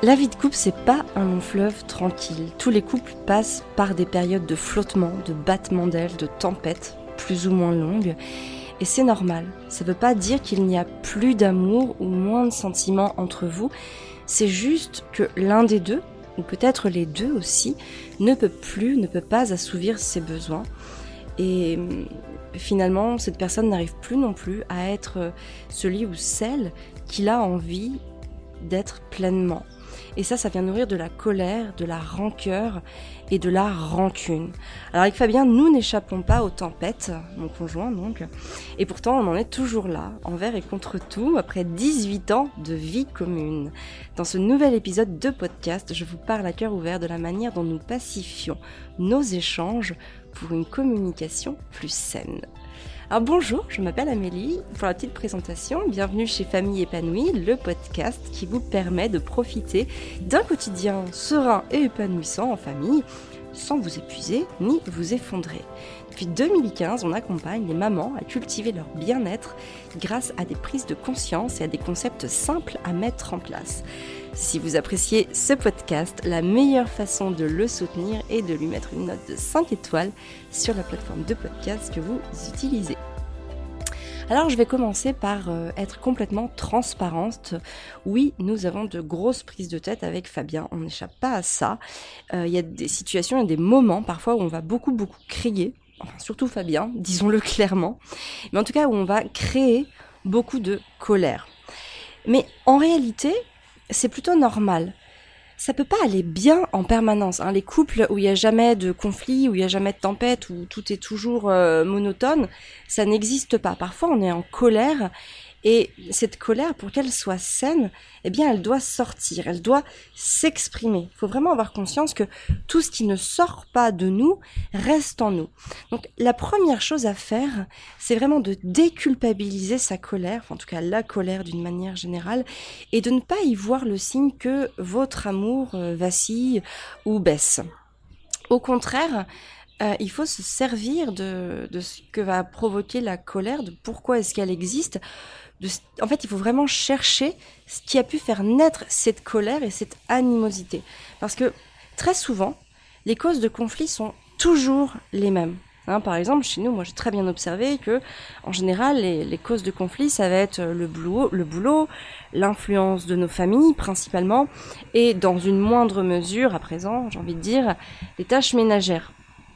La vie de couple, c'est pas un long fleuve tranquille. Tous les couples passent par des périodes de flottement, de battements d'ailes, de tempêtes, plus ou moins longues. Et c'est normal. Ça veut pas dire qu'il n'y a plus d'amour ou moins de sentiments entre vous. C'est juste que l'un des deux, ou peut-être les deux aussi, ne peut pas assouvir ses besoins. Et finalement, cette personne n'arrive plus non plus à être celui ou celle qu'il a envie d'être pleinement. Et ça vient nourrir de la colère, de la rancœur et de la rancune. Alors avec Fabien, nous n'échappons pas aux tempêtes, mon conjoint donc, et pourtant on en est toujours là, envers et contre tout, après 18 ans de vie commune. Dans ce nouvel épisode de podcast, je vous parle à cœur ouvert de la manière dont nous pacifions nos échanges pour une communication plus saine. Alors bonjour, je m'appelle Amélie. Pour la petite présentation, bienvenue chez Famille Épanouie, le podcast qui vous permet de profiter d'un quotidien serein et épanouissant en famille, sans vous épuiser ni vous effondrer. Depuis 2015, on accompagne les mamans à cultiver leur bien-être grâce à des prises de conscience et à des concepts simples à mettre en place. Si vous appréciez ce podcast, la meilleure façon de le soutenir est de lui mettre une note de 5 étoiles sur la plateforme de podcast que vous utilisez. Alors je vais commencer par être complètement transparente. Oui, nous avons de grosses prises de tête avec Fabien, on n'échappe pas à ça. Il y a des situations et des moments parfois où on va beaucoup crier, enfin surtout Fabien, disons-le clairement, mais en tout cas où on va créer beaucoup de colère. Mais en réalité, c'est plutôt normal. Ça peut pas aller bien en permanence. Les couples où il y a jamais de conflit, où il y a jamais de tempête, où tout est toujours monotone, ça n'existe pas. Parfois, on est en colère et cette colère, pour qu'elle soit saine, eh bien, elle doit sortir, elle doit s'exprimer. Il faut vraiment avoir conscience que tout ce qui ne sort pas de nous reste en nous. Donc, la première chose à faire, c'est vraiment de déculpabiliser sa colère, enfin, en tout cas la colère d'une manière générale, et de ne pas y voir le signe que votre amour vacille ou baisse. Au contraire, il faut se servir de ce que va provoquer la colère, de pourquoi est-ce qu'elle existe. En fait, il faut vraiment chercher ce qui a pu faire naître cette colère et cette animosité. Parce que très souvent, les causes de conflit sont toujours les mêmes. Par exemple, chez nous, moi j'ai très bien observé que, en général, les causes de conflit, ça va être le boulot, l'influence de nos familles principalement, et dans une moindre mesure, à présent, j'ai envie de dire, les tâches ménagères.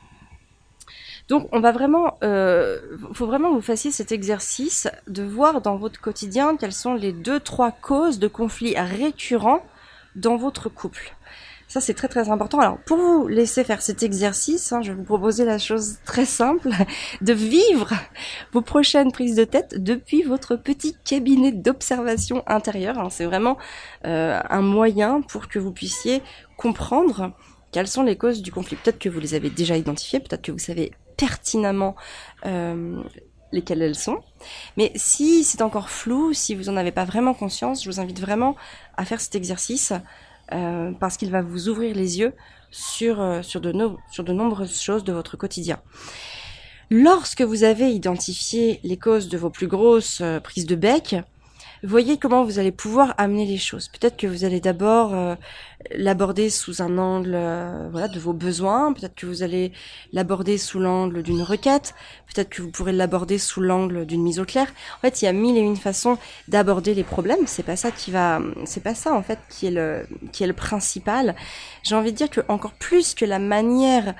Donc, faut vraiment que vous fassiez cet exercice de voir dans votre quotidien quelles sont les 2-3 causes de conflits récurrents dans votre couple. Ça, c'est très très important. Alors, pour vous laisser faire cet exercice, je vais vous proposer la chose très simple de vivre vos prochaines prises de tête depuis votre petit cabinet d'observation intérieure. C'est vraiment un moyen pour que vous puissiez comprendre quelles sont les causes du conflit. Peut-être que vous les avez déjà identifiées, peut-être que vous savez pertinemment lesquelles elles sont. Mais si c'est encore flou, si vous n'en avez pas vraiment conscience, je vous invite vraiment à faire cet exercice parce qu'il va vous ouvrir les yeux sur de nombreuses choses de votre quotidien. Lorsque vous avez identifié les causes de vos plus grosses prises de bec, voyez comment vous allez pouvoir amener les choses. Peut-être que vous allez d'abord l'aborder sous un angle de vos besoins. Peut-être que vous allez l'aborder sous l'angle d'une requête. Peut-être que vous pourrez l'aborder sous l'angle d'une mise au clair. En fait, il y a 1001 façons d'aborder les problèmes. C'est pas ça en fait qui est le principal. J'ai envie de dire que encore plus que la manière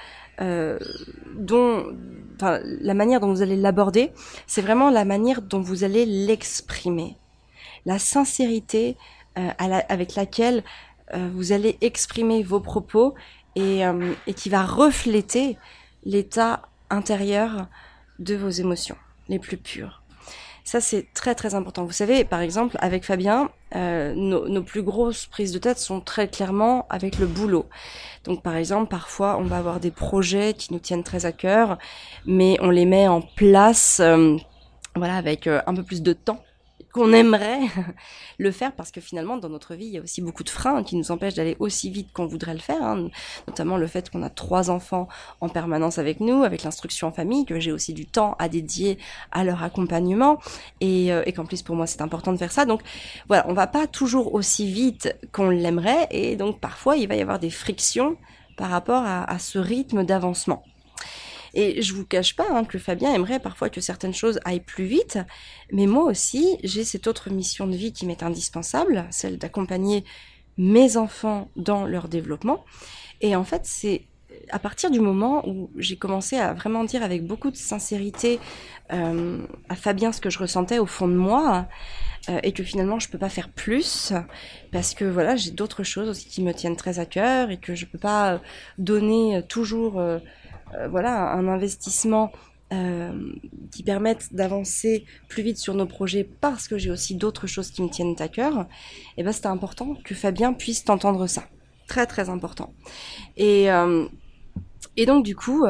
dont vous allez l'aborder, c'est vraiment la manière dont vous allez l'exprimer. La sincérité avec laquelle vous allez exprimer vos propos et qui va refléter l'état intérieur de vos émotions les plus pures. Ça, c'est très très important. Vous savez, par exemple, avec Fabien, nos plus grosses prises de tête sont très clairement avec le boulot. Donc, par exemple, parfois, on va avoir des projets qui nous tiennent très à cœur, mais on les met en place avec un peu plus de temps qu'on aimerait le faire, parce que finalement dans notre vie il y a aussi beaucoup de freins qui nous empêchent d'aller aussi vite qu'on voudrait le faire, hein. Notamment le fait qu'on a 3 enfants en permanence avec nous, avec l'instruction en famille, que j'ai aussi du temps à dédier à leur accompagnement, et qu'en plus pour moi c'est important de faire ça. Donc voilà, on va pas toujours aussi vite qu'on l'aimerait, et donc parfois il va y avoir des frictions par rapport à ce rythme d'avancement. Et je vous cache pas que Fabien aimerait parfois que certaines choses aillent plus vite, mais moi aussi, j'ai cette autre mission de vie qui m'est indispensable, celle d'accompagner mes enfants dans leur développement. Et en fait, c'est à partir du moment où j'ai commencé à vraiment dire avec beaucoup de sincérité à Fabien ce que je ressentais au fond de moi, et que finalement je peux pas faire plus, parce que voilà, j'ai d'autres choses aussi qui me tiennent très à cœur, et que je peux pas donner toujours... voilà, un investissement qui permette d'avancer plus vite sur nos projets, parce que j'ai aussi d'autres choses qui me tiennent à cœur, et ben c'était important que Fabien puisse entendre ça. Très très important. Et donc du coup,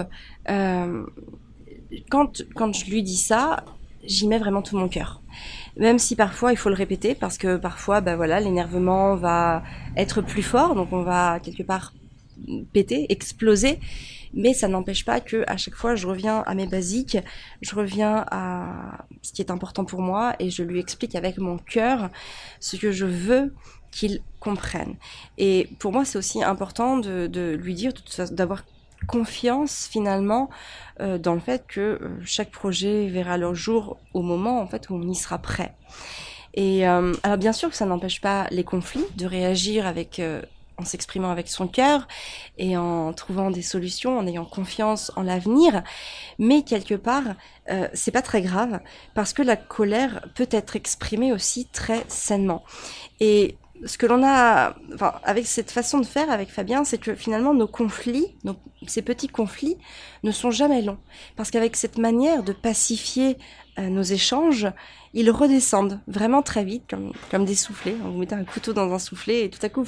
quand je lui dis ça, j'y mets vraiment tout mon cœur. Même si parfois il faut le répéter, parce que parfois voilà, l'énervement va être plus fort, donc on va quelque part péter, exploser, mais ça n'empêche pas que à chaque fois je reviens à mes basiques, je reviens à ce qui est important pour moi, et je lui explique avec mon cœur ce que je veux qu'il comprenne. Et pour moi c'est aussi important de lui dire, d'avoir confiance finalement dans le fait que chaque projet verra le jour au moment en fait où on y sera prêt. Et alors bien sûr que ça n'empêche pas les conflits, de réagir avec en s'exprimant avec son cœur et en trouvant des solutions, en ayant confiance en l'avenir, mais quelque part c'est pas très grave, parce que la colère peut être exprimée aussi très sainement. Et ce que l'on a, avec cette façon de faire avec Fabien, c'est que finalement nos conflits, ces petits conflits, ne sont jamais longs. Parce qu'avec cette manière de pacifier nos échanges, ils redescendent vraiment très vite, comme des soufflets. Vous mettez un couteau dans un soufflet et tout à coup,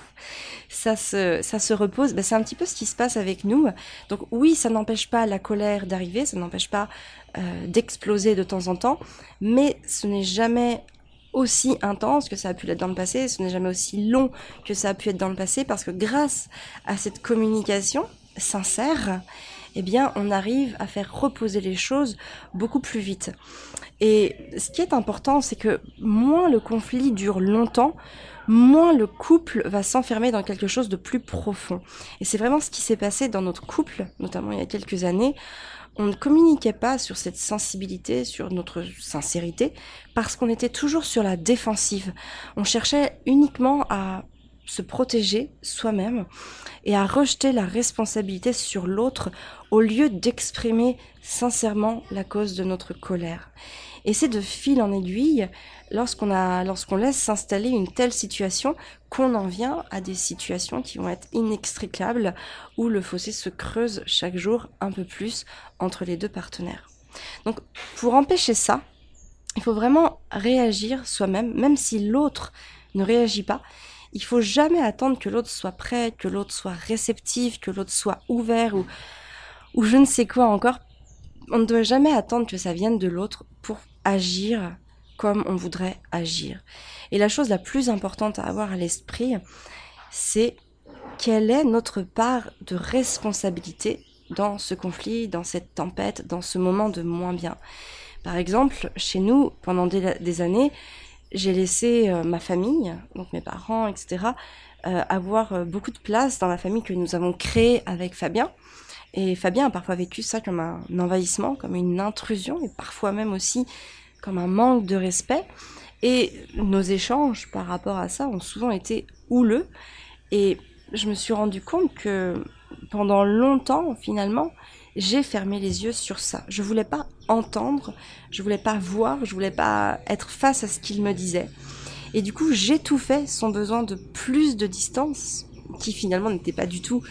ça se repose. C'est un petit peu ce qui se passe avec nous. Donc oui, ça n'empêche pas la colère d'arriver, ça n'empêche pas d'exploser de temps en temps, mais ce n'est jamais aussi intense que ça a pu l'être dans le passé, ce n'est jamais aussi long que ça a pu être dans le passé, parce que grâce à cette communication sincère, eh bien, on arrive à faire reposer les choses beaucoup plus vite. Et ce qui est important, c'est que moins le conflit dure longtemps, moins le couple va s'enfermer dans quelque chose de plus profond. Et c'est vraiment ce qui s'est passé dans notre couple, notamment il y a quelques années. On ne communiquait pas sur cette sensibilité, sur notre sincérité, parce qu'on était toujours sur la défensive. On cherchait uniquement à se protéger soi-même et à rejeter la responsabilité sur l'autre, au lieu d'exprimer sincèrement la cause de notre colère. Et c'est de fil en aiguille, lorsqu'on laisse s'installer une telle situation, qu'on en vient à des situations qui vont être inextricables, où le fossé se creuse chaque jour un peu plus entre les deux partenaires. Donc, pour empêcher ça, il faut vraiment réagir soi-même, même si l'autre ne réagit pas. Il faut jamais attendre que l'autre soit prêt, que l'autre soit réceptif, que l'autre soit ouvert, ou je ne sais quoi encore. On ne doit jamais attendre que ça vienne de l'autre pour agir comme on voudrait agir. Et la chose la plus importante à avoir à l'esprit, c'est quelle est notre part de responsabilité dans ce conflit, dans cette tempête, dans ce moment de moins bien. Par exemple, chez nous, pendant des années, j'ai laissé ma famille, donc mes parents, etc., avoir beaucoup de place dans la famille que nous avons créée avec Fabien. Et Fabien a parfois vécu ça comme un envahissement, comme une intrusion, et parfois même aussi comme un manque de respect. Et nos échanges par rapport à ça ont souvent été houleux. Et je me suis rendu compte que pendant longtemps, finalement, j'ai fermé les yeux sur ça. Je voulais pas entendre, je voulais pas voir, je voulais pas être face à ce qu'il me disait. Et du coup, j'étouffais son besoin de plus de distance, qui finalement n'était pas du tout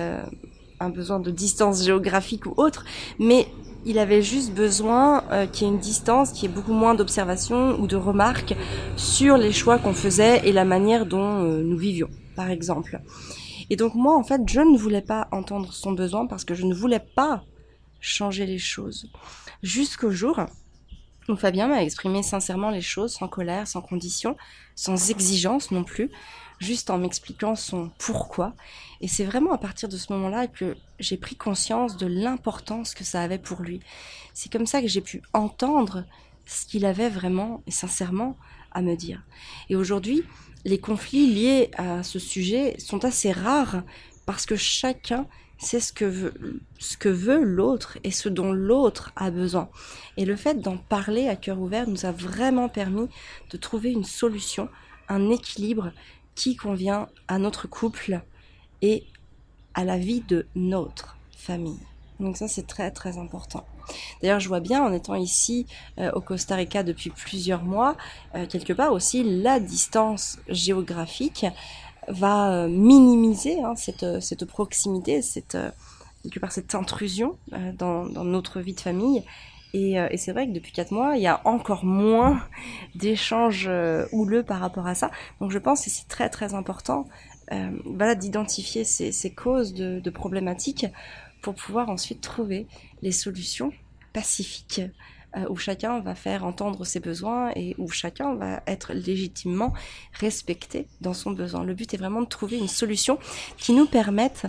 un besoin de distance géographique ou autre, mais il avait juste besoin qu'il y ait une distance, qu'il y ait beaucoup moins d'observations ou de remarques sur les choix qu'on faisait et la manière dont nous vivions, par exemple. Et donc moi, en fait, je ne voulais pas entendre son besoin, parce que je ne voulais pas changer les choses. Jusqu'au jour Donc Fabien m'a exprimé sincèrement les choses, sans colère, sans condition, sans exigence non plus, juste en m'expliquant son pourquoi. Et c'est vraiment à partir de ce moment-là que j'ai pris conscience de l'importance que ça avait pour lui. C'est comme ça que j'ai pu entendre ce qu'il avait vraiment et sincèrement à me dire. Et aujourd'hui, les conflits liés à ce sujet sont assez rares parce que chacun sait ce que veut l'autre et ce dont l'autre a besoin. Et le fait d'en parler à cœur ouvert nous a vraiment permis de trouver une solution, un équilibre qui convient à notre couple et à la vie de notre famille. Donc ça, c'est très très important. D'ailleurs, je vois bien, en étant ici au Costa Rica depuis plusieurs mois, quelque part aussi, la distance géographique va minimiser cette proximité, quelque part cette intrusion dans notre vie de famille. Et c'est vrai que depuis 4 mois, il y a encore moins d'échanges houleux par rapport à ça. Donc je pense que c'est très très important d'identifier ces causes de problématiques pour pouvoir ensuite trouver les solutions pacifiques où chacun va faire entendre ses besoins et où chacun va être légitimement respecté dans son besoin. Le but est vraiment de trouver une solution qui nous permette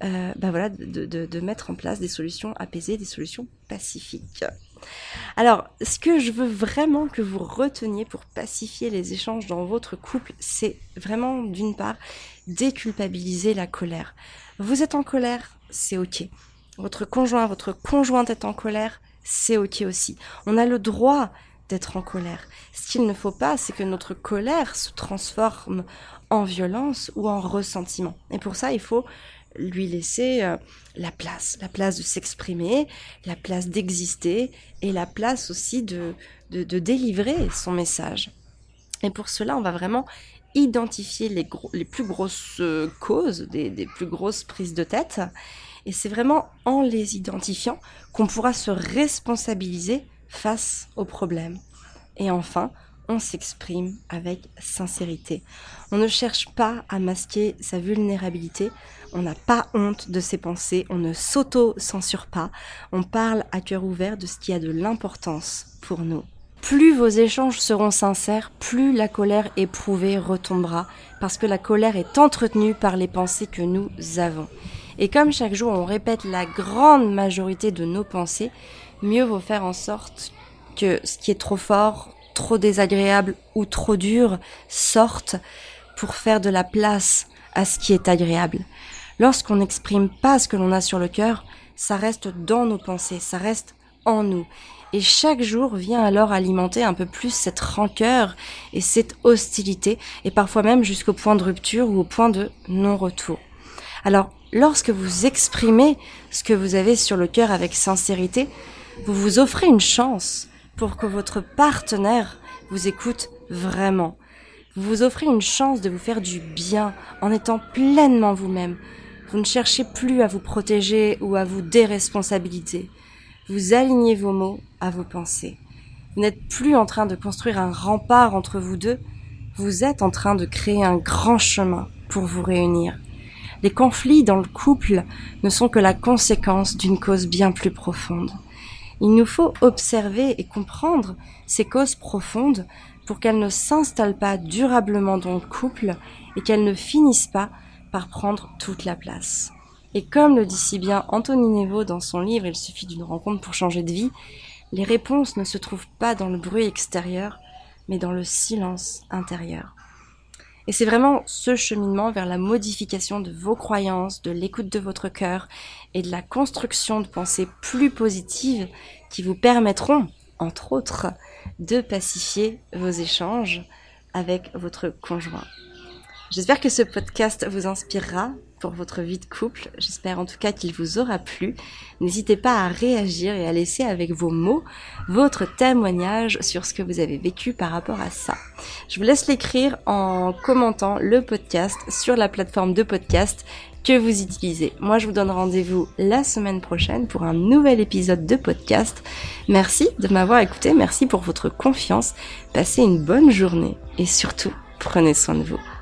de mettre en place des solutions apaisées, des solutions pacifiques. Alors, ce que je veux vraiment que vous reteniez pour pacifier les échanges dans votre couple, c'est vraiment, d'une part, déculpabiliser la colère. Vous êtes en colère, c'est ok. Votre conjoint, votre conjointe est en colère, c'est ok aussi. On a le droit d'être en colère. Ce qu'il ne faut pas, c'est que notre colère se transforme en violence ou en ressentiment. Et pour ça, il faut lui laisser la place de s'exprimer, la place d'exister et la place aussi de délivrer son message. Et pour cela, on va vraiment identifier les plus grosses causes, des plus grosses prises de tête. Et c'est vraiment en les identifiant qu'on pourra se responsabiliser face aux problèmes. Et enfin, on s'exprime avec sincérité. On ne cherche pas à masquer sa vulnérabilité, on n'a pas honte de ses pensées, on ne s'auto-censure pas, on parle à cœur ouvert de ce qui a de l'importance pour nous. Plus vos échanges seront sincères, plus la colère éprouvée retombera, parce que la colère est entretenue par les pensées que nous avons. Et comme chaque jour on répète la grande majorité de nos pensées, mieux vaut faire en sorte que ce qui est trop fort, trop désagréable ou trop dur sorte pour faire de la place à ce qui est agréable. Lorsqu'on n'exprime pas ce que l'on a sur le cœur, ça reste dans nos pensées, ça reste en nous. Et chaque jour vient alors alimenter un peu plus cette rancœur et cette hostilité, et parfois même jusqu'au point de rupture ou au point de non-retour. Alors, lorsque vous exprimez ce que vous avez sur le cœur avec sincérité, vous vous offrez une chance pour que votre partenaire vous écoute vraiment. Vous vous offrez une chance de vous faire du bien en étant pleinement vous-même. Vous ne cherchez plus à vous protéger ou à vous déresponsabiliser. Vous alignez vos mots à vos pensées. Vous n'êtes plus en train de construire un rempart entre vous deux. Vous êtes en train de créer un grand chemin pour vous réunir. Les conflits dans le couple ne sont que la conséquence d'une cause bien plus profonde. Il nous faut observer et comprendre ces causes profondes pour qu'elles ne s'installent pas durablement dans le couple et qu'elles ne finissent pas par prendre toute la place. Et comme le dit si bien Anthony Nevo dans son livre « Il suffit d'une rencontre pour changer de vie », les réponses ne se trouvent pas dans le bruit extérieur, mais dans le silence intérieur. Et c'est vraiment ce cheminement vers la modification de vos croyances, de l'écoute de votre cœur et de la construction de pensées plus positives qui vous permettront, entre autres, de pacifier vos échanges avec votre conjoint. J'espère que ce podcast vous inspirera pour votre vie de couple. J'espère en tout cas qu'il vous aura plu. N'hésitez pas à réagir et à laisser avec vos mots votre témoignage sur ce que vous avez vécu par rapport à ça. Je vous laisse l'écrire en commentant le podcast sur la plateforme de podcast que vous utilisez. Moi, je vous donne rendez-vous la semaine prochaine pour un nouvel épisode de podcast. Merci de m'avoir écouté. Merci pour votre confiance. Passez une bonne journée et surtout, prenez soin de vous.